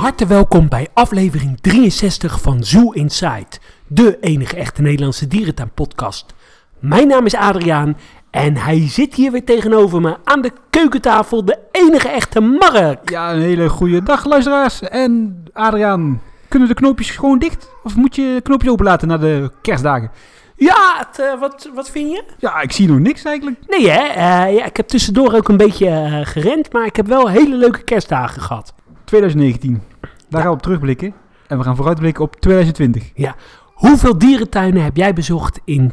harte welkom bij aflevering 63 van Zoo Inside, de enige echte Nederlandse dierentuinpodcast. Mijn naam is Adriaan en hij zit hier weer tegenover me aan de keukentafel, de enige echte Mark. Ja, een hele goede dag luisteraars. En Adriaan, kunnen de knoopjes gewoon dicht? Of moet je knoopjes openlaten na de kerstdagen? Ja, wat vind je? Ja, ik zie nog niks eigenlijk. Nee hè, ik heb tussendoor ook een beetje gerend, maar ik heb wel hele leuke kerstdagen gehad. 2019, daar gaan we op terugblikken. En we gaan vooruitblikken op 2020. Ja, hoeveel dierentuinen heb jij bezocht in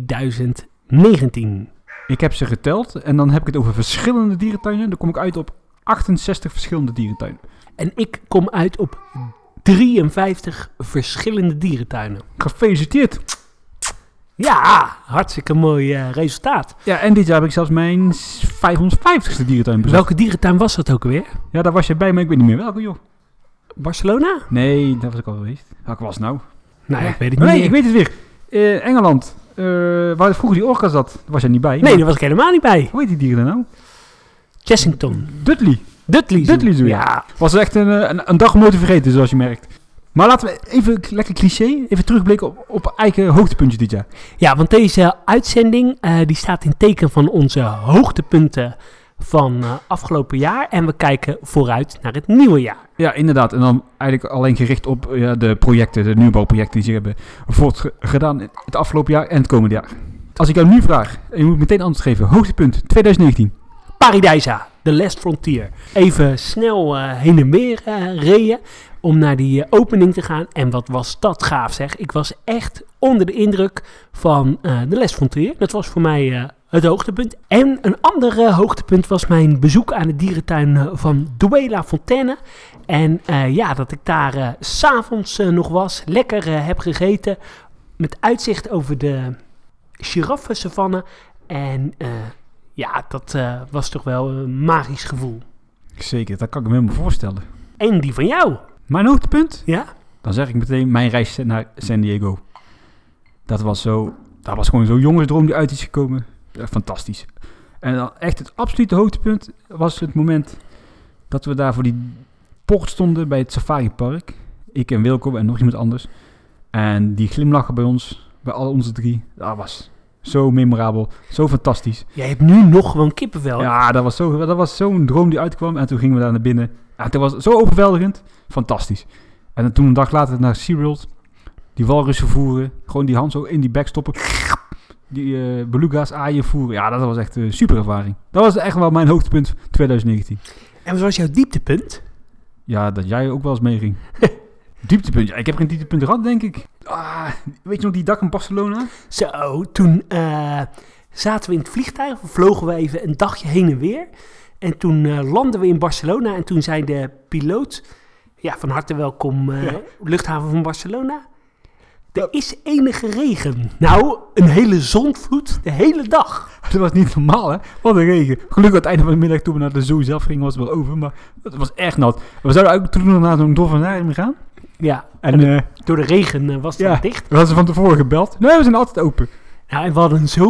2019? Ik heb ze geteld en dan heb ik het over verschillende dierentuinen. Dan kom ik uit op 68 verschillende dierentuinen. En ik kom uit op 53 verschillende dierentuinen. Gefeliciteerd! Ja, hartstikke mooi resultaat. Ja, en dit jaar heb ik zelfs mijn 550ste dierentuin bezocht. Welke dierentuin was dat ook weer? Ja, daar was je bij, maar ik weet niet meer welke, joh. Barcelona? Nee, daar was ik al geweest. Welke was het nou? Nou, ik weet het niet Nee, meer. ik weet het weer. Engeland. Waar vroeger die orka zat, daar was jij niet bij. Nee, daar was ik helemaal niet bij. Hoe heet die dieren nou? Chessington. Dudley. Dudley Zoo. Dudley Zoo, Ja. Was echt een dag om nooit te vergeten, zoals je merkt. Maar laten we even, lekker cliché, even terugblikken op eigen hoogtepuntjes dit jaar. Ja, want deze uitzending die staat in teken van onze hoogtepunten van afgelopen jaar. En we kijken vooruit naar het nieuwe jaar. Ja, inderdaad. En dan eigenlijk alleen gericht op de projecten, de nieuwbouwprojecten die ze hebben gedaan het afgelopen jaar en het komende jaar. Als ik jou nu vraag, en je moet meteen antwoord geven, hoogtepunt 2019. Paradijsa, The Last Frontier. Even snel heen en weer reden om naar die opening te gaan. En wat was dat gaaf zeg. Ik was echt onder de indruk van The Last Frontier. Dat was voor mij het hoogtepunt. En een ander hoogtepunt was mijn bezoek aan de dierentuin van Douai Fontaine. En dat ik daar 's avonds nog was, lekker heb gegeten. Met uitzicht over de giraffensavanne. En dat was toch wel een magisch gevoel. Zeker, dat kan ik me helemaal voorstellen. En die van jou? Mijn hoogtepunt? Ja? Dan zeg ik meteen mijn reis naar San Diego. Dat was gewoon zo'n jongensdroom die uit is gekomen. Fantastisch. En dan echt het absolute hoogtepunt was het moment dat we daar voor die poort stonden bij het safaripark. Ik en Wilco en nog iemand anders. En die glimlachen bij ons, bij al onze drie. Dat was zo memorabel, zo fantastisch. Jij hebt nu nog gewoon kippenvel. Ja, dat was zo'n droom die uitkwam. En toen gingen we daar naar binnen. En het was zo overweldigend. Fantastisch. En dan toen een dag later naar SeaWorld. Die walrussen voeren. Gewoon die hand zo in die bek stoppen. Die beluga's aaien voeren. Ja, dat was echt een super ervaring. Dat was echt wel mijn hoogtepunt 2019. En wat was jouw dieptepunt? Ja, dat jij ook wel eens meeging. Dieptepunt? Ja, ik heb geen dieptepunt gehad, denk ik. Weet je nog die dag in Barcelona? Zo, toen zaten we in het vliegtuig. Vlogen we even een dagje heen en weer. En toen landden we in Barcelona. En toen zei de piloot... Ja, van harte welkom luchthaven van Barcelona. Er is enige regen. Nou, een hele zondvloed de hele dag. Dat was niet normaal, hè? Wat een regen. Gelukkig aan het einde van de middag toen we naar de zoo zelf gingen was het wel over. Maar het was echt nat. We zouden ook toen naar zo'n dolfinarium gaan. Ja, en door de regen was het dicht. We hadden ze van tevoren gebeld. Nee, we zijn altijd open. Nou, en we hadden een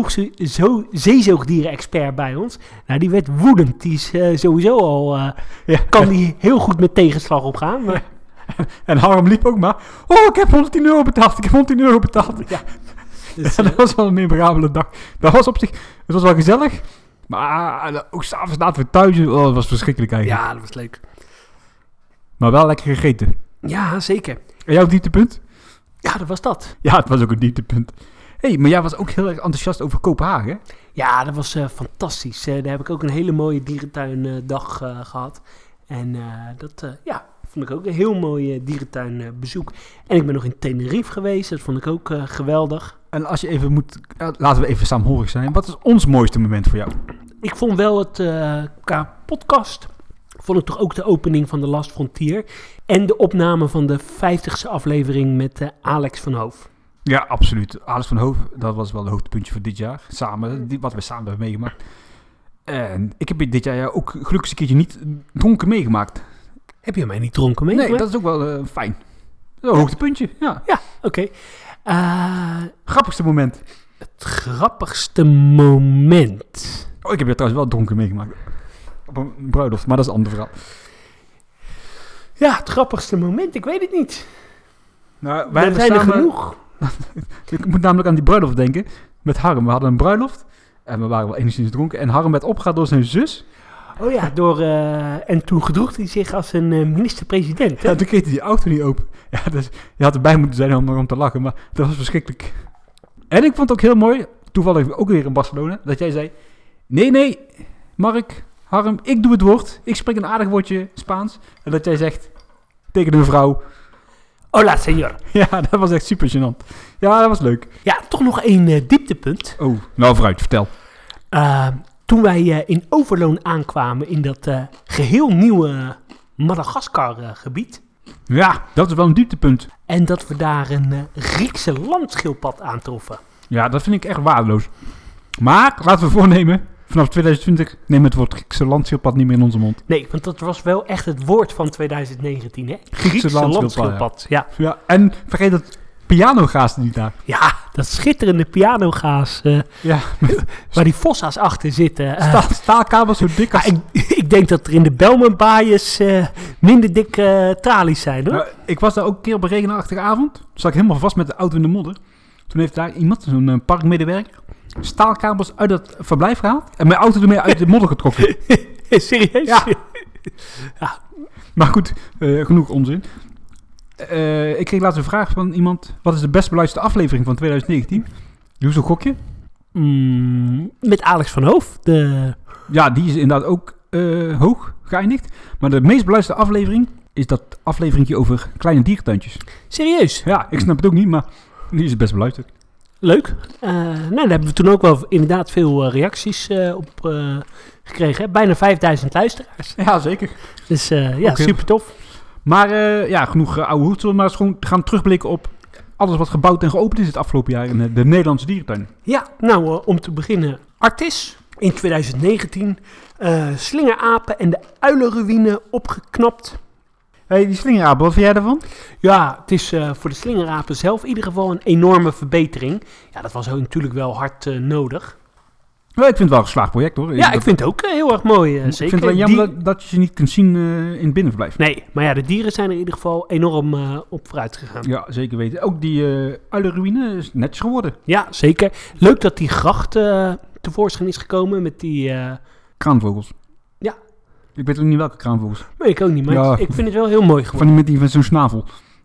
zeezoogdieren-expert bij ons. Nou, die werd woedend. Die is sowieso al... kan die heel goed met tegenslag opgaan. Maar... En Harm liep ook maar... ik heb €110 betaald. Ik heb €110 betaald. Ja. Dus, dat was wel een memorabele dag. Dat was op zich... Het was wel gezellig. Maar ook s'avonds laten we thuis. Dat was verschrikkelijk eigenlijk. Ja, dat was leuk. Maar wel lekker gegeten. Ja, zeker. En jouw dieptepunt? Ja, dat was dat. Ja, het was ook een dieptepunt. Maar jij was ook heel erg enthousiast over Kopenhagen. Ja, dat was fantastisch. Daar heb ik ook een hele mooie dierentuindag gehad. En dat vond ik ook een heel mooi dierentuinbezoek. En ik ben nog in Tenerife geweest. Dat vond ik ook geweldig. En als je even moet... laten we even saamhorig zijn. Wat is ons mooiste moment voor jou? Ik vond wel het qua podcast... vond ik toch ook de opening van The Last Frontier. En de opname van de 50ste aflevering met Alex van Hoof. Ja, absoluut. Alex van Hoof, dat was wel het hoogtepuntje voor dit jaar. Wat we samen hebben meegemaakt. En ik heb dit jaar ook gelukkig een keertje niet dronken meegemaakt. Heb je mij niet dronken meegemaakt? Nee, dat is ook wel fijn. Een hoogtepuntje, ja. Ja, oké. Grappigste moment? Het grappigste moment? Ik heb je trouwens wel dronken meegemaakt. Op een bruiloft, maar dat is een ander verhaal. Ja, het grappigste moment, ik weet het niet. Nou, Er zijn er genoeg. Ik moet namelijk aan die bruiloft denken. Met Harm. We hadden een bruiloft. En we waren wel enigszins dronken. En Harm werd opgehaald door zijn zus. Oh ja, en toen gedroeg hij zich als een minister-president. Hè? Ja, toen kreeg hij die auto niet open. Ja, dus je had erbij moeten zijn om te lachen. Maar dat was verschrikkelijk. En ik vond het ook heel mooi. Toevallig ook weer in Barcelona. Dat jij zei. Nee, Mark, Harm, ik doe het woord. Ik spreek een aardig woordje Spaans. En dat jij zegt tegen een vrouw. Hola, senor. Ja, dat was echt super gênant. Ja, dat was leuk. Ja, toch nog één dieptepunt. Oh, nou vooruit, vertel. Toen wij in Overloon aankwamen in dat geheel nieuwe Madagaskar-gebied. Ja, dat is wel een dieptepunt. En dat we daar een Griekse landschildpad aantroffen. Ja, dat vind ik echt waardeloos. Maar laten we voornemen, vanaf 2020 nemen we het woord Griekse landschildpad niet meer in onze mond. Nee, want dat was wel echt het woord van 2019, hè? Griekse landschildpad, ja. En vergeet dat pianogaas niet daar. Ja, dat schitterende pianogaas Ja, waar die fossa's achter zitten. staalkabels zo dik als... Ja, ik denk dat er in de Belman-baaiers minder dikke tralies zijn, hoor. Nou, ik was daar ook een keer op een regenachtige avond. Toen zat ik helemaal vast met de auto in de modder. Toen heeft daar iemand, zo'n parkmedewerker, staalkabels uit het verblijf gehaald en mijn auto ermee uit de modder getrokken. Serieus? Ja. Maar goed, genoeg onzin. Ik kreeg laatst een vraag van iemand. Wat is de best beluisterde aflevering van 2019? Doe zo'n gokje. Met Alex van Hoof. Ja, die is inderdaad ook hoog geëindigd. Maar de meest beluisterde aflevering is dat afleveringje over kleine dierentuintjes. Serieus? Ja, ik snap het ook niet, maar die is het best beluisterd. Leuk. Daar hebben we toen ook wel inderdaad veel reacties op gekregen. Hè? Bijna 5000 luisteraars. Ja, zeker. Dus ja, super tof. Maar ja, genoeg oude hoed. Zullen we maar eens gewoon gaan terugblikken op alles wat gebouwd en geopend is het afgelopen jaar in de Nederlandse dierentuin. Ja, nou om te beginnen Artis. In 2019 slingerapen en de uilenruïne opgeknapt. Hey, die slingerapen, wat vind jij daarvan? Ja, het is voor de slingerapen zelf in ieder geval een enorme verbetering. Ja, dat was natuurlijk wel hard nodig. Ja, ik vind het wel een geslaagd project, hoor. Ja, ik vind het ook heel erg mooi. Ik Zeker. vind het wel jammer dat je ze niet kunt zien in het binnenverblijf. Nee, maar ja, de dieren zijn er in ieder geval enorm op vooruit gegaan. Ja, zeker weten. Ook die uilenruïne is netjes geworden. Ja, zeker. Leuk dat die gracht tevoorschijn is gekomen met die... Kraanvogels. Ja. Ik weet ook niet welke kraanvogels. Nee, ik ook niet, maar Ja. ik vind het wel heel mooi geworden. Van die met zo'n snavel.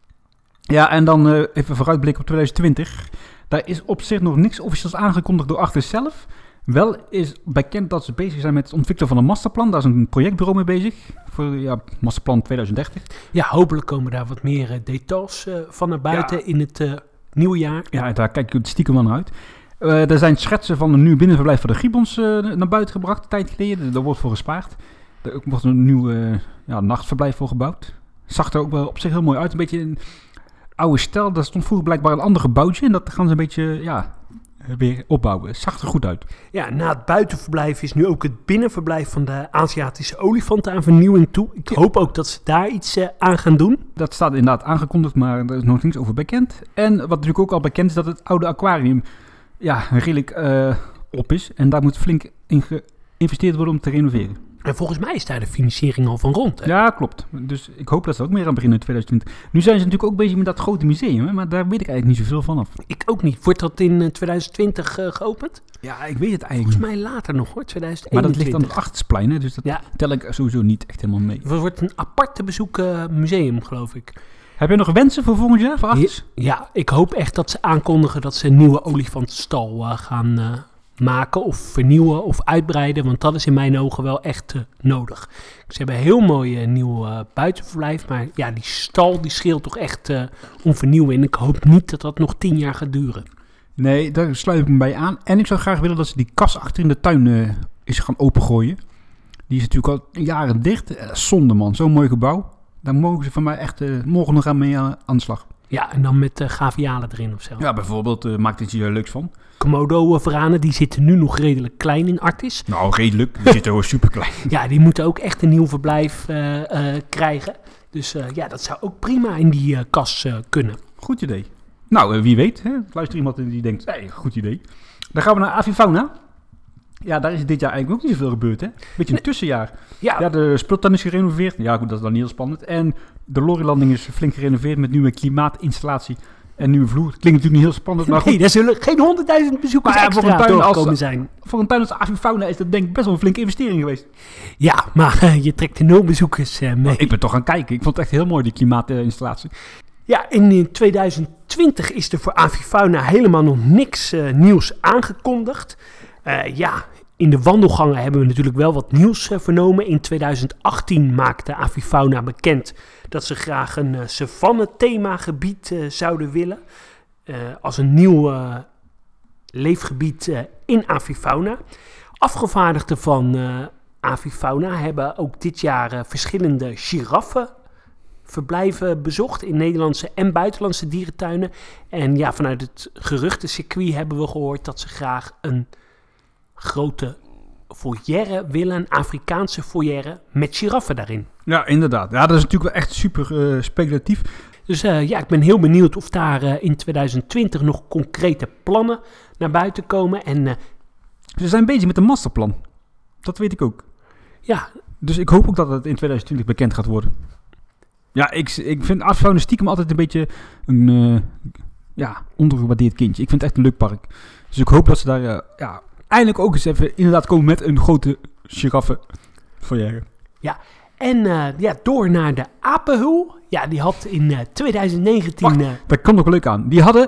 Ja, en dan even vooruitblikken op 2020. Daar is op zich nog niks officieels aangekondigd door Artis zelf. Wel is bekend dat ze bezig zijn met het ontwikkelen van een masterplan. Daar is een projectbureau mee bezig. Voor masterplan 2030. Ja, hopelijk komen daar wat meer details van naar buiten in het nieuwe jaar. Ja, daar kijk ik stiekem aan uit. Er zijn schetsen van een nieuw binnenverblijf voor de gibbons naar buiten gebracht, een tijd geleden. Daar wordt voor gespaard. Er wordt een nieuw nachtverblijf voor gebouwd. Zag er ook wel op zich heel mooi uit. Een beetje een oude stijl. Daar stond vroeger blijkbaar een ander gebouwtje. En dat gaan ze een beetje weer opbouwen. Het zag er goed uit. Ja, na het buitenverblijf is nu ook het binnenverblijf van de Aziatische olifanten aan vernieuwing toe. Ik hoop ook dat ze daar iets aan gaan doen. Dat staat inderdaad aangekondigd, maar er is nog niks over bekend. En wat natuurlijk ook al bekend is, dat het oude aquarium redelijk op is. En daar moet flink in geïnvesteerd worden om te renoveren. En volgens mij is daar de financiering al van rond. Hè? Ja, klopt. Dus ik hoop dat ze ook meer aan beginnen in 2020. Nu zijn ze natuurlijk ook bezig met dat grote museum, hè? Maar daar weet ik eigenlijk niet zoveel van af. Ik ook niet. Wordt dat in 2020 geopend? Ja, ik weet het eigenlijk Volgens mij later nog hoor, 2021. Maar dat ligt aan het Achtersplein, hè? Dus dat tel ik sowieso niet echt helemaal mee. Het wordt een apart te bezoeken museum, geloof ik. Heb je nog wensen voor volgend jaar, voor Achters? Ja, ik hoop echt dat ze aankondigen dat ze een nieuwe olifantenstal gaan maken of vernieuwen of uitbreiden. Want dat is in mijn ogen wel echt nodig. Ze hebben een heel mooi nieuw buitenverblijf. Maar ja, die stal die scheelt toch echt om vernieuwen. En ik hoop niet dat dat nog 10 jaar gaat duren. Nee, daar sluit ik me bij aan. En ik zou graag willen dat ze die kas achter in de tuin eens gaan opengooien. Die is natuurlijk al jaren dicht. Zonde man, zo'n mooi gebouw. Daar mogen ze van mij echt morgen nog aan mee aan de slag. Ja, en dan met gavialen erin of zo. Ja, bijvoorbeeld maakt iets hier leuks van. Komodo-varanen, die zitten nu nog redelijk klein in Artis. Nou, redelijk. Die zitten gewoon super klein. Ja, die moeten ook echt een nieuw verblijf krijgen. Dus dat zou ook prima in die kas kunnen. Goed idee. Nou, wie weet. Hè? Luister iemand die denkt, goed idee. Dan gaan we naar Avifauna. Ja, daar is dit jaar eigenlijk ook niet zoveel gebeurd, hè? Beetje een tussenjaar. Ja, Ja, de speeltuin is gerenoveerd. Ja, goed, dat is dan niet heel spannend. En de lorrylanding is flink gerenoveerd met nieuwe klimaatinstallatie en nieuwe vloer. Klinkt natuurlijk niet heel spannend, maar goed. nee, daar zullen geen 100.000 bezoekers Maar ja, voor extra een tuin doorgekomen zijn. Voor een tuin als Avifauna is dat denk ik best wel een flinke investering geweest. Ja, maar je trekt er 0 bezoekers mee. Ik ben toch gaan kijken. Ik vond het echt heel mooi, die klimaatinstallatie. Ja, in 2020 is er voor Avifauna helemaal nog niks nieuws aangekondigd. In de wandelgangen hebben we natuurlijk wel wat nieuws vernomen. In 2018 maakte Avifauna bekend dat ze graag een savanne-themagebied zouden willen. Als een nieuw leefgebied in Avifauna. Afgevaardigden van Avifauna hebben ook dit jaar verschillende giraffenverblijven bezocht in Nederlandse en buitenlandse dierentuinen. En ja, vanuit het geruchtencircuit hebben we gehoord dat ze graag een grote foyer willen, een Afrikaanse foyer met giraffen daarin. Ja, inderdaad. Ja, dat is natuurlijk wel echt super speculatief. Dus ik ben heel benieuwd of daar in 2020 nog concrete plannen naar buiten komen. En Ze zijn bezig met een masterplan. Dat weet ik ook. ja, Dus ik hoop ook dat het in 2020 bekend gaat worden. Ja, ik vind Avifauna stiekem altijd een beetje een ondergewaardeerd kindje. Ik vind het echt een leuk park. Dus ik hoop dat ze daar eindelijk ook eens even inderdaad komen met een grote giraffe foyer. en door naar de Apenhul. Ja, die had in 2019 Daar komt nog leuk aan. Die hadden...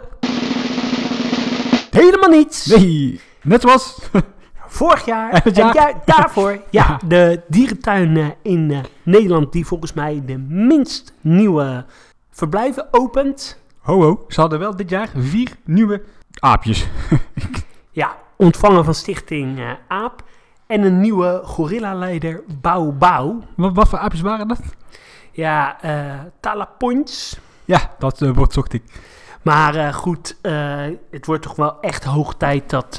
helemaal niets. Nee, net zoals... Vorig jaar En het en jaar- het jaar daarvoor, Ja. de dierentuin in Nederland die volgens mij de minst nieuwe verblijven opent. Ho, ze hadden wel dit jaar 4 nieuwe aapjes. Ja, ontvangen van Stichting AAP en een nieuwe gorilla-leider Bau Bau. Wat voor aapjes waren dat? Ja, Talapoints. Ja, dat woord zocht ik. Maar goed, het wordt toch wel echt hoog tijd dat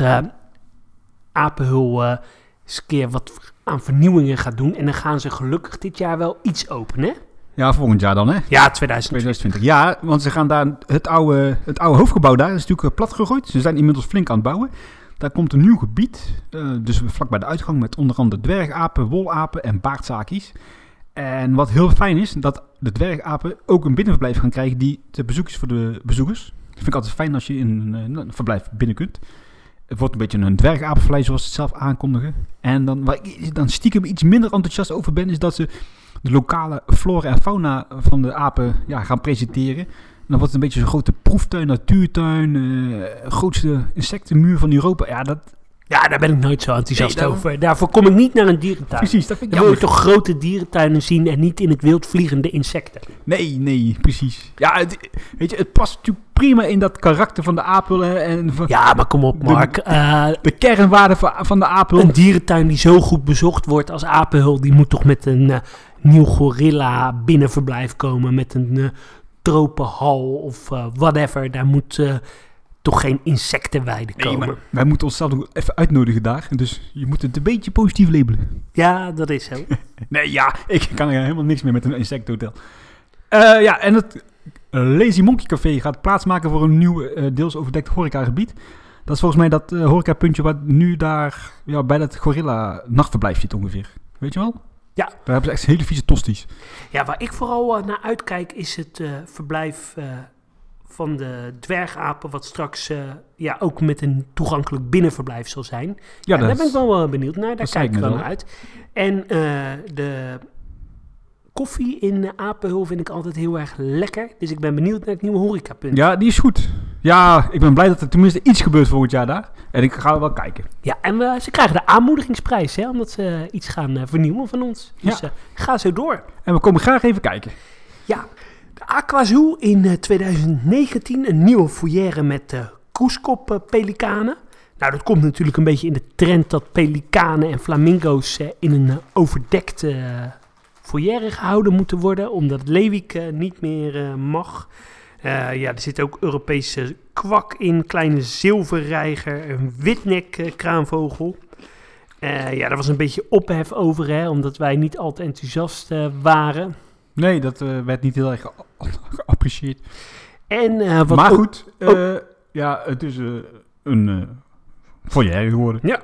Apenhul eens een keer wat aan vernieuwingen gaat doen. En dan gaan ze gelukkig dit jaar wel iets openen, hè? Ja, volgend jaar dan, hè? Ja, 2020. 2020. Ja, want ze gaan daar het oude hoofdgebouw daar is natuurlijk plat gegooid. Ze zijn inmiddels flink aan het bouwen. Daar komt een nieuw gebied, dus vlak bij de uitgang met onder andere dwergapen, wolapen en baardzakies. En wat heel fijn is, dat de dwergapen ook een binnenverblijf gaan krijgen die te bezoek is voor de bezoekers. Dat vind ik altijd fijn als je in een verblijf binnen kunt. Het wordt een beetje een dwergapenvlees zoals ze het zelf aankondigen. En dan, waar ik dan stiekem iets minder enthousiast over ben, is dat ze de lokale flora en fauna van de apen gaan presenteren. En dan wordt het een beetje zo'n grote proeftuin, natuurtuin, grootste insectenmuur van Europa. Ja, daar ben ik nooit zo enthousiast Nee, daarom- over. Daarvoor kom ik niet naar een dierentuin. Precies, dat vind ik Dan wil je jammer. toch grote dierentuinen zien en niet in het wild vliegende insecten. Nee, precies. Ja, het past natuurlijk prima in dat karakter van de aapel en van Ja, maar kom op, Mark. de kernwaarden van de aapel. Een dierentuin die zo goed bezocht wordt als Apenhul, die moet toch met een nieuw gorilla binnenverblijf komen. Met een tropenhal of whatever. Daar moet toch geen insectenweide Nee, komen. maar wij moeten onszelf ook even uitnodigen daar. Dus je moet het een beetje positief labelen. Ja, dat is zo. Nee, ik kan er helemaal niks meer met een insectenhotel. En het Lazy Monkey Café gaat plaatsmaken voor een nieuw deels overdekt horecagebied. Dat is volgens mij dat horecapuntje wat nu daar bij dat gorilla nachtverblijf zit ongeveer. Weet je wel? Ja. Daar hebben ze echt hele vieze tosties. Ja, waar ik vooral naar uitkijk is het verblijf van de dwergapen, wat straks ook met een toegankelijk binnenverblijf zal zijn. Ja, daar ben ik wel benieuwd naar. Daar kijk ik wel naar uit. En de koffie in Apenhul vind ik altijd heel erg lekker. Dus ik ben benieuwd naar het nieuwe horecapunt. Ja, die is goed. Ja, ik ben blij dat er tenminste iets gebeurt volgend jaar daar. En ik ga er wel kijken. Ja, en ze krijgen de aanmoedigingsprijs, hè, omdat ze iets gaan vernieuwen van ons. Dus ga zo door. En we komen graag even kijken. Ja, de Aquazoo in 2019, een nieuwe foyer met kroeskop-pelikanen. Nou, dat komt natuurlijk een beetje in de trend dat pelikanen en flamingo's in een overdekte foyer gehouden moeten worden, omdat het leeuwik niet meer mag. Er zit ook Europese kwak in, kleine zilverreiger, een witnek kraanvogel. Daar was een beetje ophef over, hè, omdat wij niet al te enthousiast waren. Nee, dat werd niet heel erg geapprecieerd. En, het is een foyer geworden. Ja,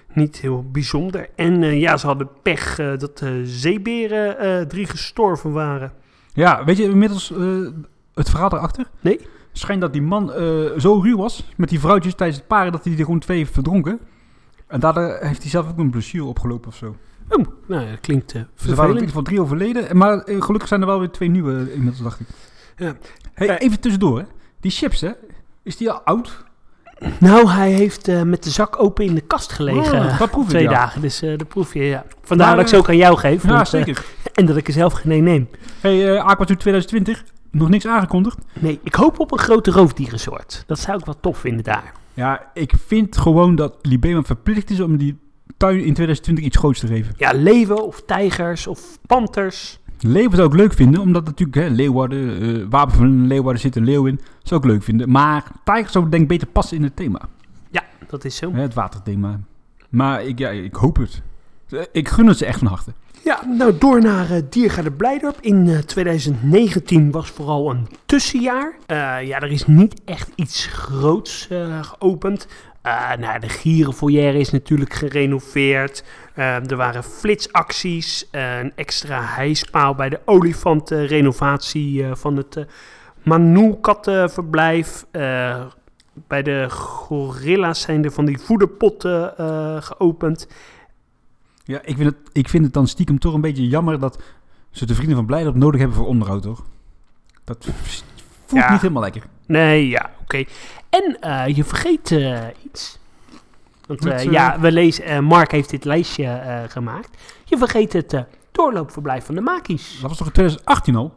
Niet heel bijzonder. En ze hadden pech dat de zeeberen 3 gestorven waren. Ja, weet je inmiddels het verhaal erachter? Nee. Schijnt dat die man zo ruw was met die vrouwtjes tijdens het paren dat hij er gewoon 2 heeft verdronken. En daardoor heeft hij zelf ook een blessure opgelopen of zo. Oh, nou, dat klinkt Dus er vervelend. waren in ieder geval 3 overleden. Maar gelukkig zijn er wel weer 2 nieuwe inmiddels, dacht ik. Ja. Hey, even tussendoor, hè. Die chips, hè. Is die al oud? Nou, hij heeft met de zak open in de kast gelegen. Dat proef ik, 2 ja. dagen, dus de proef je, ja. Vandaar Maar, dat ik ze ook aan jou geef. Ja, want, zeker. en dat ik er zelf geen neem. Hey, Aquatour 2020. Nog niks aangekondigd. Nee, ik hoop op een grote roofdierensoort. Dat zou ik wel tof vinden daar. Ja, ik vind gewoon dat Libema verplicht is om die tuin in 2020 iets groots te geven. Ja, leeuwen of tijgers of panters. Leeuwen zou ik leuk vinden, omdat natuurlijk Leeuwarden, wapen van Leeuwarden zit een leeuw in. Zou ik leuk vinden. Maar tijgers zou denk ik beter passen in het thema. Ja, dat is zo. Het waterthema. Maar ik hoop het. Ik gun het ze echt van harte. Ja, nou door naar Diergaarde Blijdorp. In 2019 was vooral een tussenjaar. Er is niet echt iets groots geopend. De gierenfoyer is natuurlijk gerenoveerd. Er waren flitsacties. Een extra hijspaal bij de olifantenrenovatie van het Manu-kattenverblijf. Bij de gorilla's zijn er van die voederpotten geopend. Ja, ik vind het dan stiekem toch een beetje jammer dat ze de Vrienden van Blijdorp nodig hebben voor onderhoud, toch? Dat voelt niet helemaal lekker. Nee, ja, oké. En je vergeet iets. Want we lezen, Mark heeft dit lijstje gemaakt. Je vergeet het doorloopverblijf van de Makies. Dat was toch in 2018 al?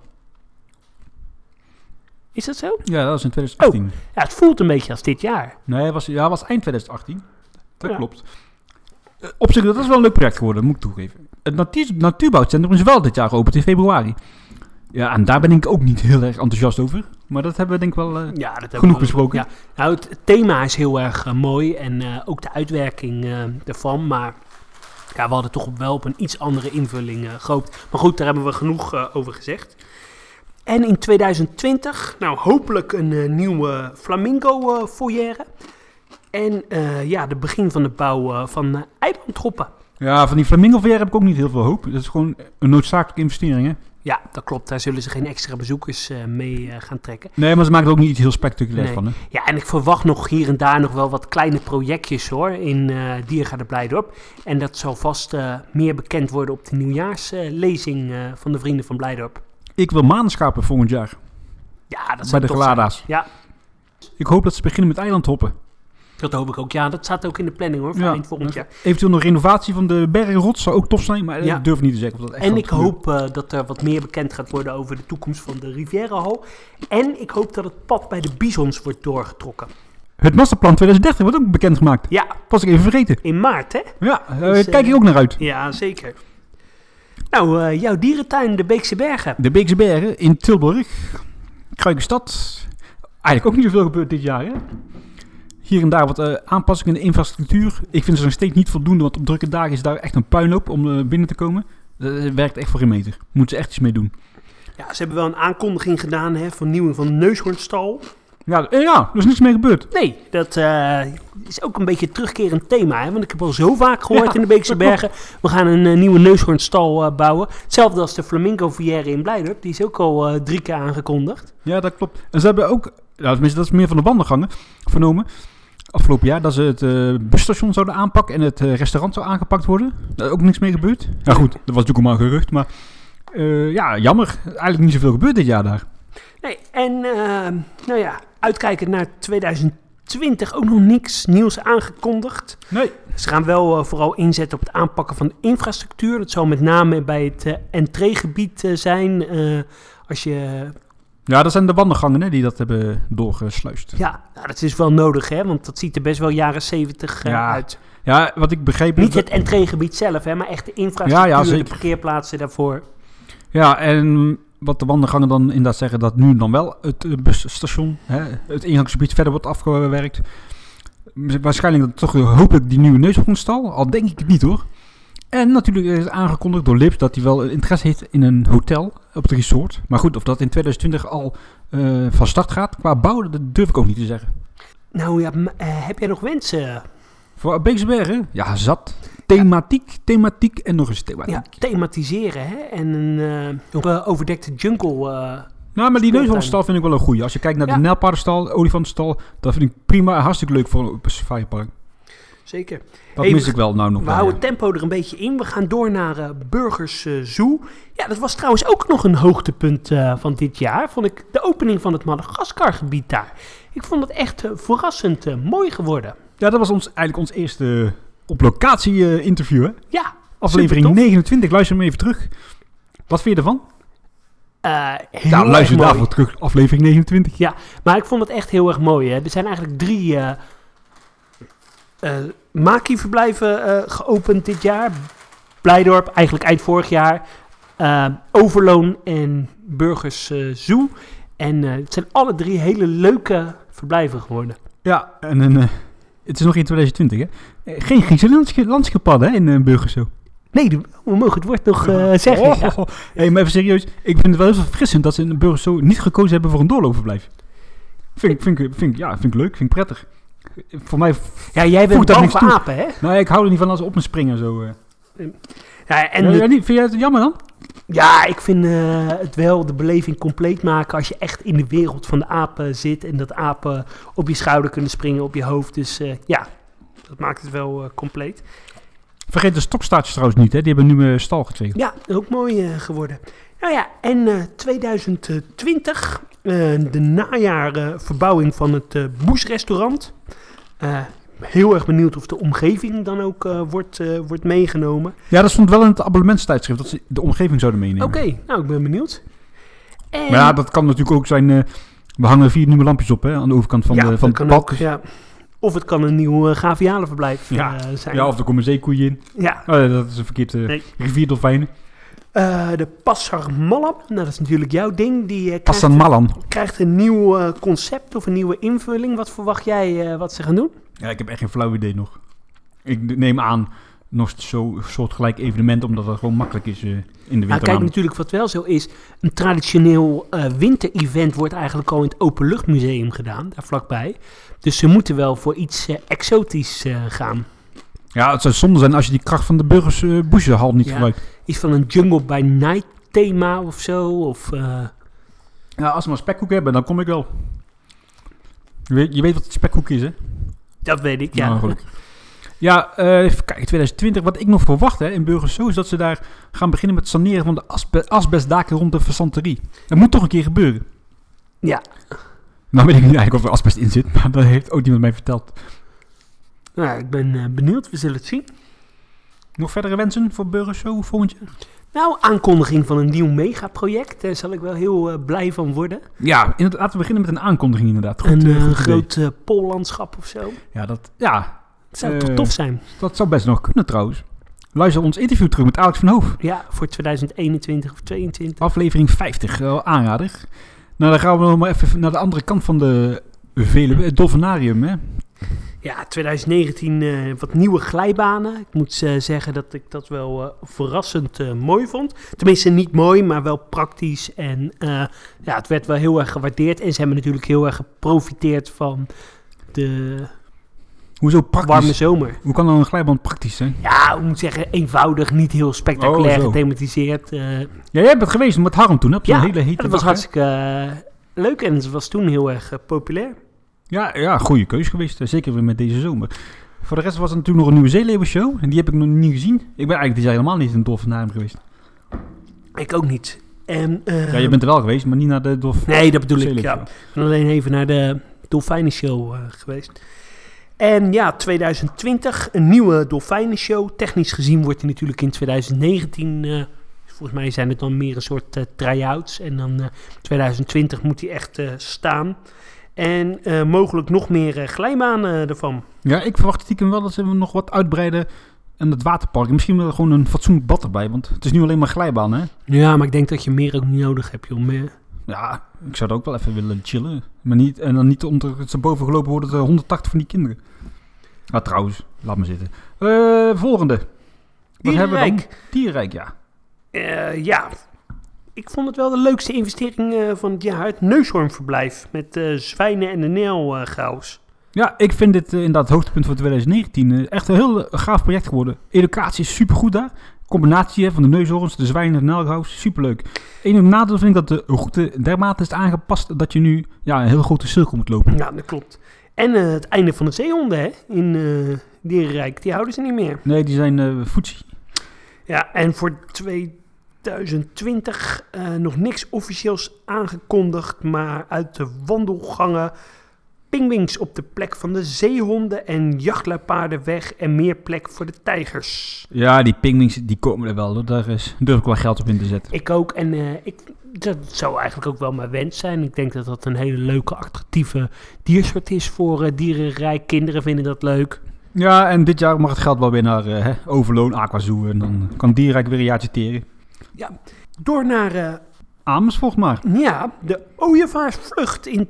Is dat zo? Ja, dat was in 2018. Ja, het voelt een beetje als dit jaar. Nee, het was eind 2018. Dat Ja. klopt. Op zich, dat is wel een leuk project geworden, moet ik toegeven. Het Natuurbouwcentrum is wel dit jaar geopend in februari. Ja, en daar ben ik ook niet heel erg enthousiast over. Maar dat hebben we denk ik wel genoeg besproken. Ja. Nou, het thema is heel erg mooi en ook de uitwerking ervan. Maar ja, we hadden toch wel op een iets andere invulling gehoopt. Maar goed, daar hebben we genoeg over gezegd. En in 2020, nou hopelijk een nieuwe flamingo foyer. En de begin van de bouw van eilandtroppen. Ja, van die flamingo-VR heb ik ook niet heel veel hoop. Dat is gewoon een noodzakelijke investering, hè? Ja, dat klopt. Daar zullen ze geen extra bezoekers mee gaan trekken. Nee, maar ze maken er ook niet iets heel spectaculairs van, hè? Ja, en ik verwacht nog hier en daar nog wel wat kleine projectjes, hoor, in Diergaarde Blijdorp. En dat zal vast meer bekend worden op de nieuwjaarslezing van de Vrienden van Blijdorp. Ik wil manenschapen volgend jaar. Ja, dat bij zou de tof Glada's. zijn. Ja, Ik hoop dat ze beginnen met eilandhoppen. dat hoop ik ook. Ja, dat staat ook in de planning, hoor, voor eind volgend jaar. Eventueel nog renovatie van de bergenrots zou ook tof zijn, maar Ja. ik durf niet te zeggen of dat echt En gaat ik gebeuren. hoop dat er wat meer bekend gaat worden over de toekomst van de Rivierahal. En ik hoop dat het pad bij de Bisons wordt doorgetrokken. Het masterplan 2030 wordt ook bekendgemaakt. Ja, Was ik even vergeten. in maart, hè? Ja, Dus, kijk ik ook naar uit. Ja, zeker. Nou, jouw dierentuin, de Beekse Bergen. De Beekse Bergen in Tilburg. Kruikenstad. Eigenlijk ook niet zoveel gebeurd dit jaar, hè? Hier en daar wat aanpassingen in de infrastructuur. Ik vind ze nog steeds niet voldoende, want op drukke dagen is daar echt een puinhoop om binnen te komen. Dat werkt echt voor geen meter. Moeten ze echt iets mee doen. Ja, ze hebben wel een aankondiging gedaan, hè, vernieuwing van de Neushoornstal. Ja, er is niets mee gebeurd. Nee, dat is ook een beetje een terugkerend thema. Hè? Want ik heb al zo vaak gehoord Ja, in de Beekse dat klopt. Bergen. We gaan een nieuwe neushoornstal bouwen. Hetzelfde als de Flamingo Foyer in Blijdorp. Die is ook al 3 keer aangekondigd. Ja, dat klopt. En ze hebben ook, tenminste dat is meer van de wandelgangen vernomen, afgelopen jaar, dat ze het busstation zouden aanpakken en het restaurant zou aangepakt worden. Daar is ook niks mee gebeurd. Ja goed, dat was natuurlijk allemaal gerucht, maar jammer. Eigenlijk niet zoveel gebeurd dit jaar daar. Nee, en uitkijken naar 2020 ook nog niks nieuws aangekondigd. Nee. Ze gaan wel vooral inzetten op het aanpakken van de infrastructuur. Dat zal met name bij het entreegebied zijn. Als je... Ja, dat zijn de wandelgangen hè, die dat hebben doorgesluist. Ja, nou, dat is wel nodig, hè, want dat ziet er best wel jaren 70 uit. Ja, wat ik begreep... Niet het entreegebied zelf, hè, maar echt de infrastructuur, Ja, de zeker. parkeerplaatsen daarvoor. Ja, en wat de wandelgangen dan inderdaad zeggen, dat nu dan wel het busstation, het ingangsgebied verder wordt afgewerkt. Waarschijnlijk dat toch hopelijk die nieuwe neushoornstal, al denk ik het niet hoor. En natuurlijk is aangekondigd door Lips dat hij wel interesse heeft in een hotel op het resort. Maar goed, of dat in 2020 al van start gaat qua bouwen, dat durf ik ook niet te zeggen. Nou ja, heb jij nog wensen Voor Beeksbergen? Ja, zat. Thematiek en nog eens thematiek. Ja, thematiseren, hè. En een overdekte jungle... Nou, maar die neushoornstal vind ik wel een goeie. Als je kijkt naar de nijlpaardenstal, olifantenstal, dat vind ik prima, hartstikke leuk voor een safaripark. Zeker. Dat mis ik wel nou nog. We houden het tempo er een beetje in. We gaan door naar Burgers Zoo. Ja, dat was trouwens ook nog een hoogtepunt van dit jaar. Vond ik de opening van het Madagaskar-gebied daar. Ik vond het echt verrassend mooi geworden. Ja, dat was eigenlijk ons eerste op locatie interview, hè? Ja, aflevering 29. Luister hem even terug. Wat vind je ervan? mooi. Luister daarvoor terug, aflevering 29. Ja, maar ik vond het echt heel erg mooi. Hè. Er zijn eigenlijk 3 Maki-verblijven geopend dit jaar. Blijdorp, eigenlijk eind vorig jaar. Overloon en Burgers Zoo. En het zijn alle 3 hele leuke verblijven geworden. Ja, en het is nog in 2020, hè? Geen Griekse landschappadden, hè, in Burgers Zoo. Nee, we mogen het woord nog zeggen. Ja. Hey, maar even serieus. Ik vind het wel heel verfrissend dat ze in Burgers Zoo niet gekozen hebben voor een doorloopverblijf. Vind ik leuk, vind ik prettig. Voor mij... Ja, jij bent bang voor apen, hè? Nou, ik hou er niet van als ze op me springen zo. Ja, vind jij het jammer dan? Ja, ik vind het wel de beleving compleet maken als je echt in de wereld van de apen zit en dat apen op je schouder kunnen springen, op je hoofd. Dus ja, dat maakt het wel compleet. Vergeet de stokstaartjes trouwens niet, hè? Die hebben nu stal gekregen. Ja, ook mooi geworden. Nou ja, en 2020, de najaarverbouwing van het Bush-restaurant. Heel erg benieuwd of de omgeving dan ook wordt meegenomen. Ja, dat stond wel in het abonnementstijdschrift, dat ze de omgeving zouden meenemen. Oké, nou, ik ben benieuwd. En... Maar ja, dat kan natuurlijk ook zijn... we hangen 4 nieuwe lampjes op, hè, aan de overkant van het pad. Ja. Of het kan een nieuw gavialenverblijf zijn. Ja, of er komen zeekoeien in. Ja. Oh, dat is een verkeerd rivierdolfijnen. De Passar Malam, nou, dat is natuurlijk jouw ding. Die krijgt een nieuw concept of een nieuwe invulling. Wat verwacht jij wat ze gaan doen? Ja, ik heb echt geen flauw idee nog. Ik neem aan nog zo'n soortgelijk evenement, omdat dat gewoon makkelijk is in de winter. Kijk, natuurlijk wat wel zo is. Een traditioneel winter-event wordt eigenlijk al in het Openluchtmuseum gedaan, daar vlakbij. Dus ze moeten wel voor iets exotisch gaan. Ja, het zou zonde zijn als je die kracht van de Burgers Bushhal niet gebruikt. Iets van een Jungle by Night thema of zo. Of, Ja, als we maar spekkoek hebben, dan kom ik wel. Je weet wat spekkoek is, hè? Dat weet ik, ja. Nou, ja, even kijken, 2020. Wat ik nog verwacht in Burgers Zoo is dat ze daar gaan beginnen met het saneren van de asbestdaken rond de fasanterie. Dat moet toch een keer gebeuren. Ja. Nou weet ik niet eigenlijk of er asbest in zit, maar dat heeft ook iemand mij verteld. Nou, ik ben benieuwd, we zullen het zien. Nog verdere wensen voor Burgers Zoo volgend jaar? Nou, aankondiging van een nieuw megaproject. Daar zal ik wel heel blij van worden. Ja, laten we beginnen met een aankondiging inderdaad. Goed, een groot poollandschap of zo. Ja, dat zou toch tof zijn. Dat zou best nog kunnen trouwens. Luister ons interview terug met Alex van Hoof. Ja, voor 2021 of 2022. Aflevering 50, aanrader. Nou, dan gaan we nog maar even naar de andere kant van de Veluwe, het Dolfinarium, hè. Ja, 2019 wat nieuwe glijbanen. Ik moet zeggen dat ik dat wel verrassend mooi vond. Tenminste, niet mooi, maar wel praktisch. En het werd wel heel erg gewaardeerd. En ze hebben natuurlijk heel erg geprofiteerd van de Hoezo praktisch? warme zomer. Hoe kan dan een glijbaan praktisch zijn? Ja, ik moet zeggen, eenvoudig, niet heel spectaculair gethematiseerd. Ja, jij bent geweest met Harm toen, op zo'n hele hete dat was hartstikke leuk en het was toen heel erg populair. Ja, goede keus geweest. Zeker weer met deze zomer. Voor de rest was er natuurlijk nog een nieuwe zeeleeuwenshow. En die heb ik nog niet gezien. Ik ben eigenlijk dit jaar helemaal niet in het Dolfinarium geweest. Ik ook niet. En, ja, je bent er wel geweest, maar niet naar de Nee, dat bedoel ik. Ja. Ik ben alleen even naar de Dolfijnenshow geweest. En ja, 2020, een nieuwe Dolfijnenshow. Technisch gezien wordt die natuurlijk in 2019... volgens mij zijn het dan meer een soort try-outs. En dan 2020 moet die echt staan. En mogelijk nog meer glijbanen ervan. Ja, ik verwacht stiekem wel dat ze nog wat uitbreiden aan het waterpark. En misschien wel gewoon een fatsoenlijk bad erbij, want het is nu alleen maar glijbaan, hè? Ja, maar ik denk dat je meer ook niet nodig hebt, joh. Meer. Ja, ik zou er ook wel even willen chillen. Maar niet, en dan niet onder het boven gelopen worden door 180 van die kinderen. Ah, trouwens, laat me zitten. Volgende. Wat hebben we dan? Dierenrijk, ja. Ja, ik vond het wel de leukste investering van het jaar. Het neushoornverblijf met zwijnen en de neelgaus. Ja, ik vind dit inderdaad het hoogtepunt van 2019. Echt een heel gaaf project geworden. Educatie is supergoed daar. Combinatie van de neushoorns, de zwijnen, de naalgauws, superleuk. Enige nadeel vind ik dat de route dermate is aangepast dat je nu een heel grote cirkel moet lopen. Ja, dat klopt. En het einde van de zeehonden hè, in Dierenrijk, die houden ze niet meer. Nee, die zijn foetsie. Ja, en voor 2020 nog niks officieels aangekondigd, maar uit de wandelgangen pingwings op de plek van de zeehonden en jachtluipaarden weg en meer plek voor de tijgers. Ja, die pingwings die komen er wel. Daar durf ik wel geld op in te zetten. Ik ook en dat zou eigenlijk ook wel mijn wens zijn. Ik denk dat dat een hele leuke, attractieve diersoort is voor dierenrijk. Kinderen vinden dat leuk. Ja, en dit jaar mag het geld wel weer naar Overloon, Aquazoo en dan kan Dierenrijk weer een jaartje teren. Ja, door naar Amersfoort maar. Ja, de ooievaarsvlucht in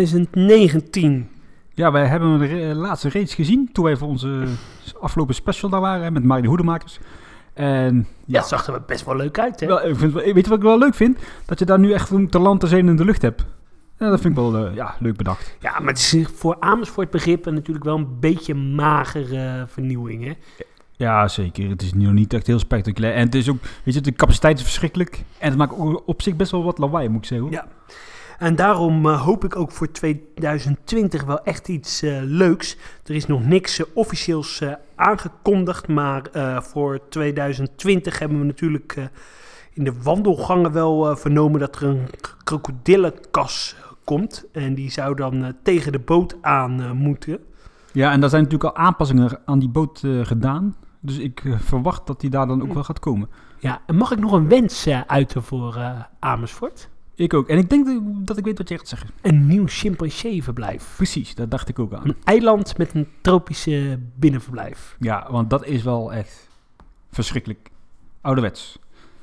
2019. Ja, wij hebben de laatste reeds gezien toen wij voor onze afgelopen special daar waren met Marie de Hoedemakers. En ja, dat zag er best wel leuk uit, hè? Weet je wat ik wel leuk vind? Dat je daar nu echt te land, te zee en in de lucht hebt. Ja, dat vind ik wel leuk bedacht. Ja, maar het is voor Amersfoort begrippen natuurlijk wel een beetje magere vernieuwing, hè? Ja, zeker. Het is nog niet echt heel spectaculair. En het is ook, weet je, de capaciteit is verschrikkelijk. En het maakt ook op zich best wel wat lawaai, moet ik zeggen. Hoor. Ja. En daarom hoop ik ook voor 2020 wel echt iets leuks. Er is nog niks officieels aangekondigd, maar voor 2020 hebben we natuurlijk in de wandelgangen wel vernomen dat er een krokodillenkas komt. En die zou dan tegen de boot aan moeten. Ja, en daar zijn natuurlijk al aanpassingen aan die boot gedaan. Dus ik verwacht dat die daar dan ook wel gaat komen. Ja, en mag ik nog een wens uiten voor Amersfoort? Ik ook. En ik denk dat ik weet wat je gaat zeggen. Een nieuw chimpanseeverblijf. Precies, dat dacht ik ook aan. Een eiland met een tropische binnenverblijf. Ja, want dat is wel echt verschrikkelijk ouderwets.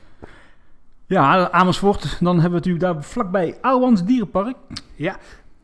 Ja, Amersfoort. Dan hebben we natuurlijk daar vlakbij Ouwans Dierenpark. Ja,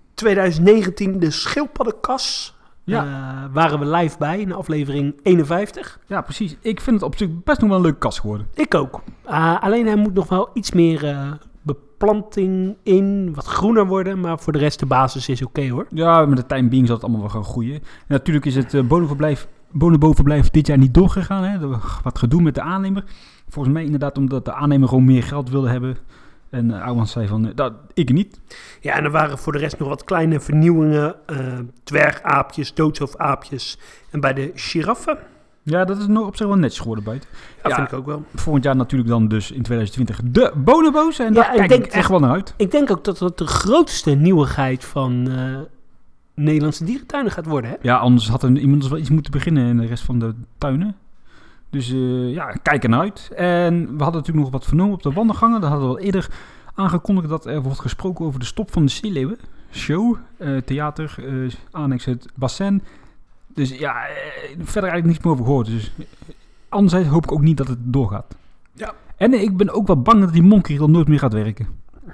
2019 de schildpaddenkas. Ja. Waren we live bij in aflevering 51. Ja, precies. Ik vind het op zich best nog wel een leuke kas geworden. Ik ook. Alleen hij moet nog wel iets meer beplanting in, wat groener worden. Maar voor de rest de basis is oké, hoor. Ja, met de time being zal het allemaal wel gaan groeien. En natuurlijk is het bonenbovenverblijf dit jaar niet doorgegaan. Hè? Wat gedoe met de aannemer. Volgens mij inderdaad omdat de aannemer gewoon meer geld wilde hebben. En Ouwans zei van, dat ik niet. Ja, en er waren voor de rest nog wat kleine vernieuwingen. Dwergaapjes, doodshoofaapjes en bij de giraffen. Ja, dat is nog op zich wel netjes geworden buiten. Ja, vind ik ook wel. Volgend jaar natuurlijk dan dus in 2020 de bonobo's. En daar kijk ik echt wel naar uit. Ik denk ook dat dat de grootste nieuwigheid van Nederlandse dierentuinen gaat worden. Hè? Ja, anders had er iemand wel iets moeten beginnen in de rest van de tuinen. Dus kijk er naar uit. En we hadden natuurlijk nog wat vernomen op de wandelgangen. Daar hadden we al eerder aangekondigd dat er wordt gesproken over de stop van de zeeleeuwen. Show, theater, annex het bassin. Dus ja, verder eigenlijk niets meer over gehoord. Dus anderzijds hoop ik ook niet dat het doorgaat. Ja. En ik ben ook wel bang dat die Monkerriel nooit meer gaat werken.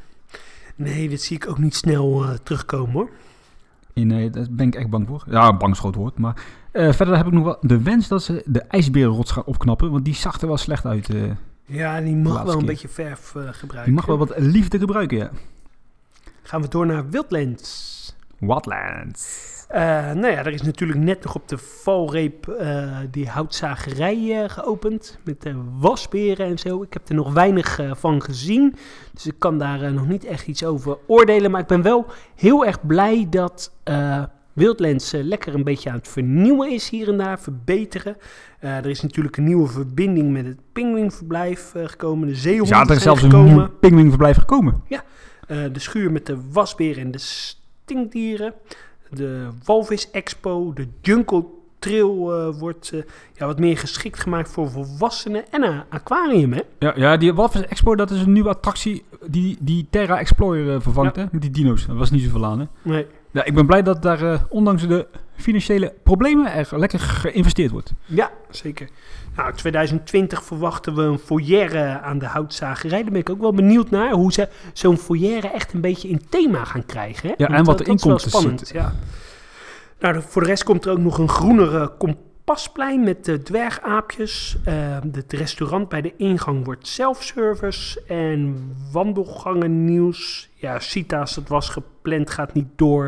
Nee, dat zie ik ook niet snel terugkomen, hoor. Nee, daar ben ik echt bang voor. Ja, bang is groot woord. Maar verder heb ik nog wel de wens dat ze de ijsberenrots gaan opknappen. Want die zag er wel slecht uit. Ja, die mag wel een beetje verf gebruiken. Die mag wel wat liefde gebruiken, ja. Gaan we door naar Wildlands. Wildlands. Nou ja, er is natuurlijk net nog op de valreep die houtzagerij geopend. Met wasberen en zo. Ik heb er nog weinig van gezien. Dus ik kan daar nog niet echt iets over oordelen. Maar ik ben wel heel erg blij dat Wildlands lekker een beetje aan het vernieuwen is hier en daar. Verbeteren. Er is natuurlijk een nieuwe verbinding met het pinguïnverblijf gekomen. De zeehonden er is zelfs gekomen. een nieuw pinguïnverblijf gekomen. Ja, de schuur met de wasberen en de stinkdieren. De Walvis Expo, de Jungle Trail wordt wat meer geschikt gemaakt voor volwassenen en een aquarium, hè? Ja, die Walvis Expo, dat is een nieuwe attractie die Terra Explorer vervangt, hè? Met die dino's. Dat was niet zoveel aan, hè? Nee. Ja, ik ben blij dat daar, ondanks de financiële problemen, er lekker geïnvesteerd wordt. Ja, zeker. Nou, 2020 verwachten we een foyer aan de houtzagerij. Daar ben ik ook wel benieuwd naar hoe ze zo'n foyer echt een beetje in thema gaan krijgen. Hè? Ja, en wat erin komt te zitten. Ja. Nou, voor de rest komt er ook nog een groenere kompasplein met dwergaapjes. Het restaurant bij de ingang wordt self-service. En wandelgangen nieuws. Ja, Cita's, dat was gepland, gaat niet door.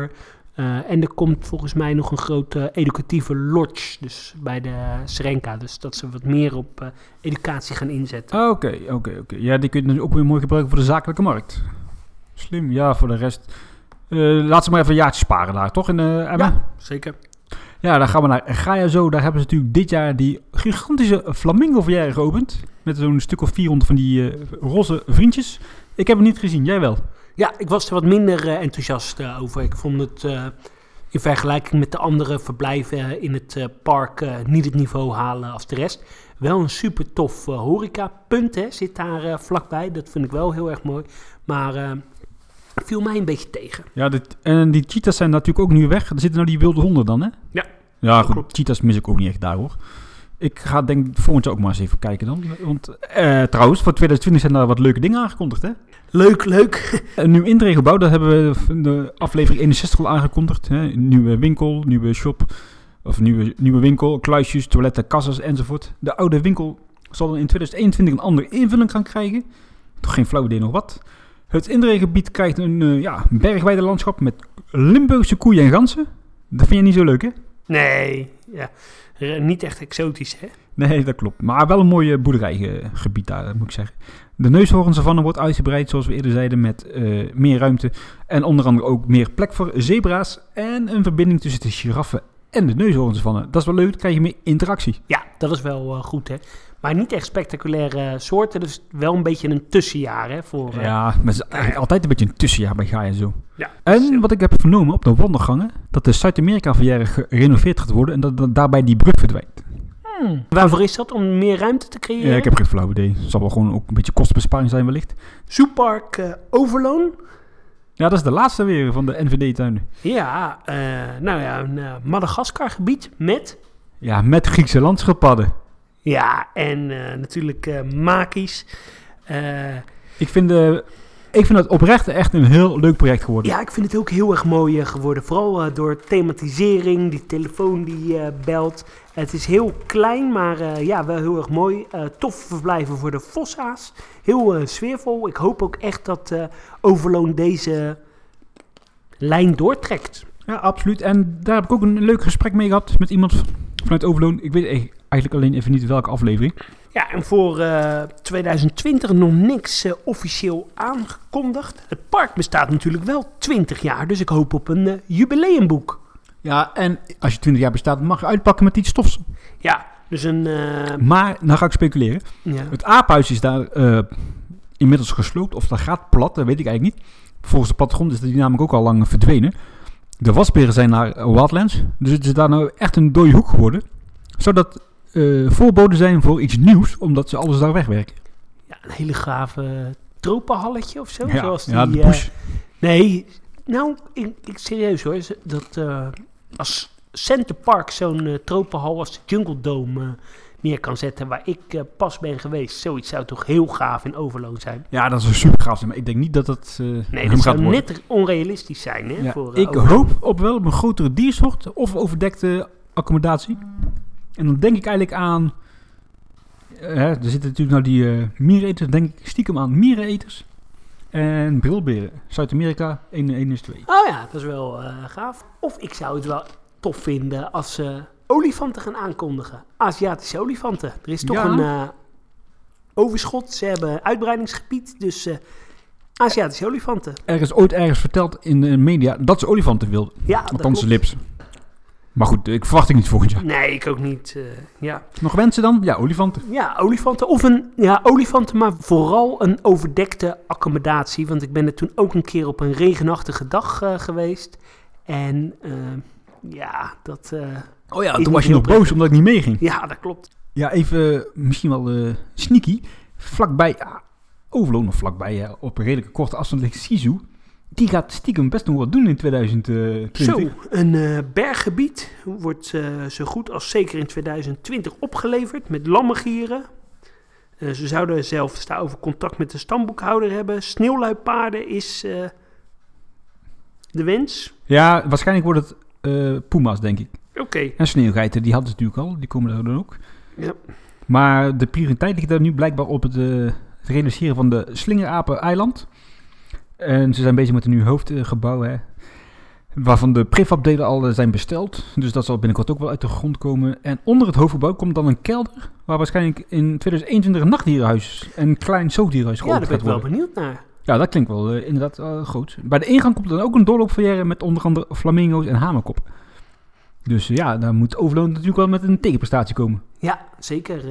En er komt volgens mij nog een grote educatieve lodge, dus bij de Serenka. Dus dat ze wat meer op educatie gaan inzetten. Oké. Ja, die kun je nu ook weer mooi gebruiken voor de zakelijke markt. Slim, ja, voor de rest. Laat ze maar even een jaartje sparen daar, toch? In Emmen? Ja, zeker. Ja, dan gaan we naar Gaia Zo. Daar hebben ze natuurlijk dit jaar die gigantische flamingo-verjaardag geopend. Met zo'n stuk of 400 van die roze vriendjes. Ik heb het niet gezien, jij wel? Ja, ik was er wat minder enthousiast over. Ik vond het in vergelijking met de andere verblijven in het park niet het niveau halen als de rest. Wel een super tof horecapunt zit daar vlakbij. Dat vind ik wel heel erg mooi. Maar viel mij een beetje tegen. Ja, en die cheetahs zijn natuurlijk ook nu weg. Er zitten nou die wilde honden dan, hè? Ja. Ja, goed. Klopt. Cheetahs mis ik ook niet echt daar, hoor. Ik ga denk ik volgend jaar ook maar eens even kijken dan. Want trouwens, voor 2020 zijn daar wat leuke dingen aangekondigd, hè? Leuk. Een nieuw inregelgebouw, dat hebben we in de aflevering 61 al aangekondigd. Hè? Een nieuwe winkel, nieuwe shop, of nieuwe winkel, kluisjes, toiletten, kassas enzovoort. De oude winkel zal dan in 2021 een andere invulling gaan krijgen. Toch geen flauw idee nog wat. Het inregelgebied krijgt een bergweide landschap met Limburgse koeien en ganzen. Dat vind je niet zo leuk, hè? Nee, ja. Niet echt exotisch, hè? Nee, dat klopt. Maar wel een mooi boerderijgebied daar, moet ik zeggen. De neushoornsavanne wordt uitgebreid, zoals we eerder zeiden, met meer ruimte. En onder andere ook meer plek voor zebra's. En een verbinding tussen de giraffen en de neushoornsavanne. Dat is wel leuk, dan krijg je meer interactie. Ja, dat is wel goed, hè? Maar niet echt spectaculaire soorten, dus wel een beetje een tussenjaar, hè? Voor, Ja, maar het is eigenlijk altijd een beetje een tussenjaar bij Gaia Zo. Ja, En wat ik heb vernomen op de wandelgangen, dat de Zuid-Amerika-verjaardag gerenoveerd gaat worden en dat daarbij die brug verdwijnt. Waarvoor is dat? Om meer ruimte te creëren? Ja, ik heb geen flauw idee. Het zal wel gewoon ook een beetje kostenbesparing zijn wellicht. Zoopark Overloon. Ja, dat is de laatste weer van de NVD-tuinen. Ja, een Madagaskar gebied met... Ja, met Griekse landschappadden. Ja, en natuurlijk Maki's. Ik vind het oprecht echt een heel leuk project geworden. Ja, ik vind het ook heel erg mooi geworden. Vooral door thematisering, die telefoon die belt. Het is heel klein, maar wel heel erg mooi. Tof verblijven voor de Vossa's. Heel sfeervol. Ik hoop ook echt dat Overloon deze lijn doortrekt. Ja, absoluut. En daar heb ik ook een leuk gesprek mee gehad met iemand vanuit Overloon. Ik weet eigenlijk alleen even niet welke aflevering. Ja, en voor 2020 nog niks officieel aangekondigd. Het park bestaat natuurlijk wel 20 jaar, dus ik hoop op een jubileumboek. Ja, en als je 20 jaar bestaat, mag je uitpakken met iets stofs. Ja, dus een... Maar, nou ga ik speculeren. Ja. Het aaphuis is daar inmiddels gesloopt, of dat gaat plat, dat weet ik eigenlijk niet. Volgens de plattegrond is die namelijk ook al lang verdwenen. De wasberen zijn naar Wildlands, dus het is daar nou echt een dode hoek geworden. Zodat voorboden zijn voor iets nieuws, omdat ze alles daar wegwerken. Ja, een hele gave tropenhalletje of zo. Ja, zoals die, ja, de bush. Nee, nou, ik serieus hoor. Dat als Center Park zo'n tropenhal als de Jungle Dome neer kan zetten, waar ik pas ben geweest. Zoiets zou toch heel gaaf in Overloon zijn. Ja, dat is super gaaf, maar ik denk niet dat het Nee, dat zou net onrealistisch zijn. Hè, ja, voor, ik hoop op een grotere diersoort of overdekte accommodatie. En dan denk ik eigenlijk aan... er zitten natuurlijk nou die miereneters. Denk ik stiekem aan miereneters. En brilberen. Zuid-Amerika, 1 is 2. Oh ja, dat is wel gaaf. Of ik zou het wel tof vinden als ze olifanten gaan aankondigen. Aziatische olifanten. Er is toch een overschot. Ze hebben een uitbreidingsgebied. Dus Aziatische olifanten. Er is ooit ergens verteld in de media dat ze olifanten wilden. Ja, op onze lips. Maar goed, ik verwacht het niet volgend jaar. Nee, ik ook niet. Ja. Nog wensen dan? Ja, olifanten. Ja, olifanten. Of olifanten, maar vooral een overdekte accommodatie. Want ik ben er toen ook een keer op een regenachtige dag geweest. En dat... oh ja, toen was je nog boos omdat ik niet meeging. Ja, dat klopt. Ja, even misschien wel sneaky. Vlakbij Overloon, of vlakbij op een redelijke korte afstand ligt Sisu. Die gaat stiekem best nog wat doen in 2020. Zo, een berggebied wordt zo goed als zeker in 2020 opgeleverd met lammergieren. Ze zouden zelfs daarover contact met de stamboekhouder hebben. Sneeuwluipaarden is de wens. Ja, waarschijnlijk wordt het puma's, denk ik. Oké. En sneeuwgeiten, die hadden ze natuurlijk al. Die komen daar dan ook. Ja. Maar de prioriteit ligt daar nu blijkbaar op het realiseren van de Slingerapen-eiland. En ze zijn bezig met een nieuw hoofdgebouw. Hè. Waarvan de prefabdelen al zijn besteld. Dus dat zal binnenkort ook wel uit de grond komen. En onder het hoofdgebouw komt dan een kelder. Waar waarschijnlijk in 2021 een nachtdierenhuis en een klein zoogdierhuis Ja, geopend daar ben gaat ik wel worden. benieuwd naar. Ja, dat klinkt wel inderdaad groot. Bij de ingang komt dan ook een doorloopfoyer met onder andere flamingo's en hamerkoppen. Dus daar moet Overloon natuurlijk wel met een tegenprestatie komen. Ja, zeker.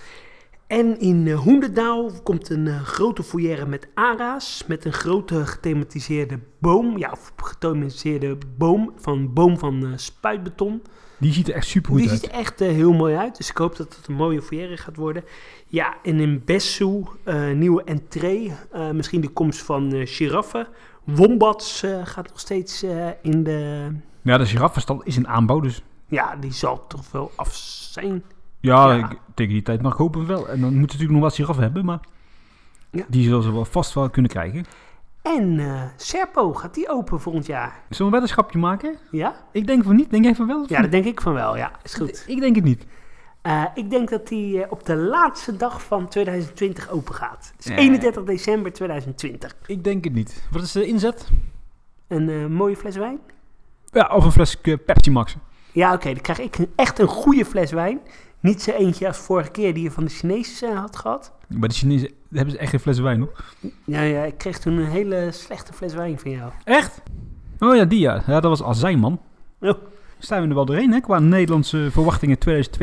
En in Hoenderdaal komt een grote foyer met ara's. Met een grote gethematiseerde boom. Ja, of gethematiseerde boom van spuitbeton. Die ziet er echt super goed Die uit. ziet er echt heel mooi uit. Dus ik hoop dat het een mooie foyer gaat worden. Ja, en in Bessou, nieuwe entree. Misschien de komst van giraffen. Wombats gaat nog steeds in de... Ja, de giraffenstal is in aanbouw, dus... Ja, die zal toch wel af zijn. Ja, tegen die tijd mag ik hopen wel. En dan moeten we natuurlijk nog wat giraffen hebben, maar... Ja. Die zullen ze wel vast wel kunnen krijgen. En Serpo, gaat die open volgend jaar? Zullen we een weddenschapje maken? Ja? Ik denk van niet. Denk jij van wel? Ja, dat denk ik van wel. Ja, is goed. Ik denk het niet. Ik denk dat die op de laatste dag van 2020 open gaat. Dus Ja. 31 december 2020. Ik denk het niet. Wat is de inzet? Een mooie fles wijn? Ja, of een flesje Pepsi Max. Ja, oké. Dan krijg ik echt een goede fles wijn. Niet zo eentje als vorige keer die je van de Chinezen had gehad. Bij de Chinezen hebben ze echt geen fles wijn, hoor. Ja, ik kreeg toen een hele slechte fles wijn van jou. Echt? Oh ja, die ja. Ja, dat was azijn, man. Oh. Staan we er wel doorheen, hè? Qua Nederlandse verwachtingen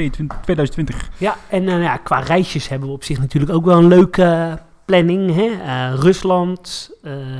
2020. Ja, en qua reisjes hebben we op zich natuurlijk ook wel een leuke planning. Hè? Rusland,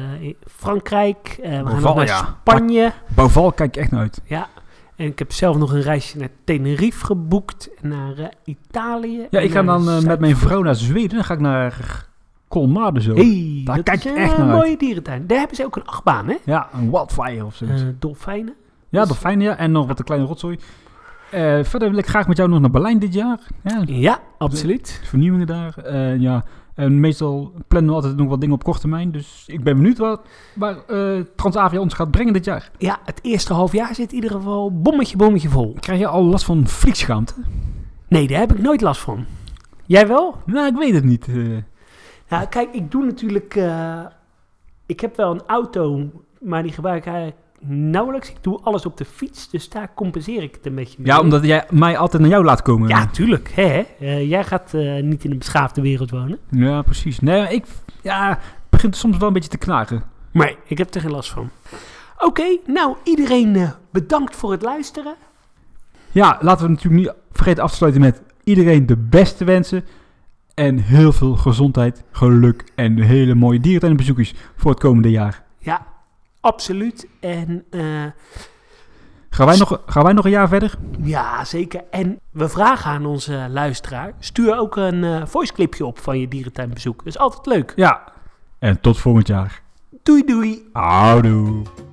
Frankrijk, we gaan nog naar ja. Spanje. Bouwval kijk ik echt naar uit. Ja, en ik heb zelf nog een reisje naar Tenerife geboekt. En naar Italië. Ja, en ik ga naar dan met mijn Zuid-Frankrijk. vrouw naar Zweden. Dan ga ik naar Colmar zo. Hey, Daar dat kijk is ik een echt naar uit. mooie dierentuin. Daar hebben ze ook een achtbaan, hè? Ja, een wildfire of zo. Dolfijnen. Ja, dolfijnen, ja. En nog wat een kleine rotzooi. Verder wil ik graag met jou nog naar Berlijn dit jaar. Ja, Ja, absoluut. vernieuwingen daar. Ja. En meestal plannen we altijd nog wat dingen op korte termijn. Dus ik ben benieuwd waar Transavia ons gaat brengen dit jaar. Ja, het eerste half jaar zit in ieder geval bommetje vol. Krijg je al last van vliegschaamte? Nee, daar heb ik nooit last van. Jij wel? Nou, ik weet het niet. Nou, kijk, ik doe natuurlijk... ik heb wel een auto, maar die gebruik ik eigenlijk nauwelijks. Ik doe alles op de fiets, dus daar compenseer ik het een beetje mee. Ja, omdat jij mij altijd naar jou laat komen. Ja, tuurlijk. Hè? Jij gaat niet in een beschaafde wereld wonen. Ja, precies. Nee, ik begint soms wel een beetje te knagen. Maar ik heb er geen last van. Oké, nou, iedereen bedankt voor het luisteren. Ja, laten we natuurlijk niet vergeten af te sluiten met iedereen de beste wensen. En heel veel gezondheid, geluk en hele mooie dierentuinbezoekjes voor het komende jaar. Ja, absoluut. En Gaan wij nog een jaar verder? ja, zeker. En we vragen aan onze luisteraar, stuur ook een voiceclipje op van je dierentuinbezoek. Dat is altijd leuk. Ja. En tot volgend jaar. Doei doei. Houdoe.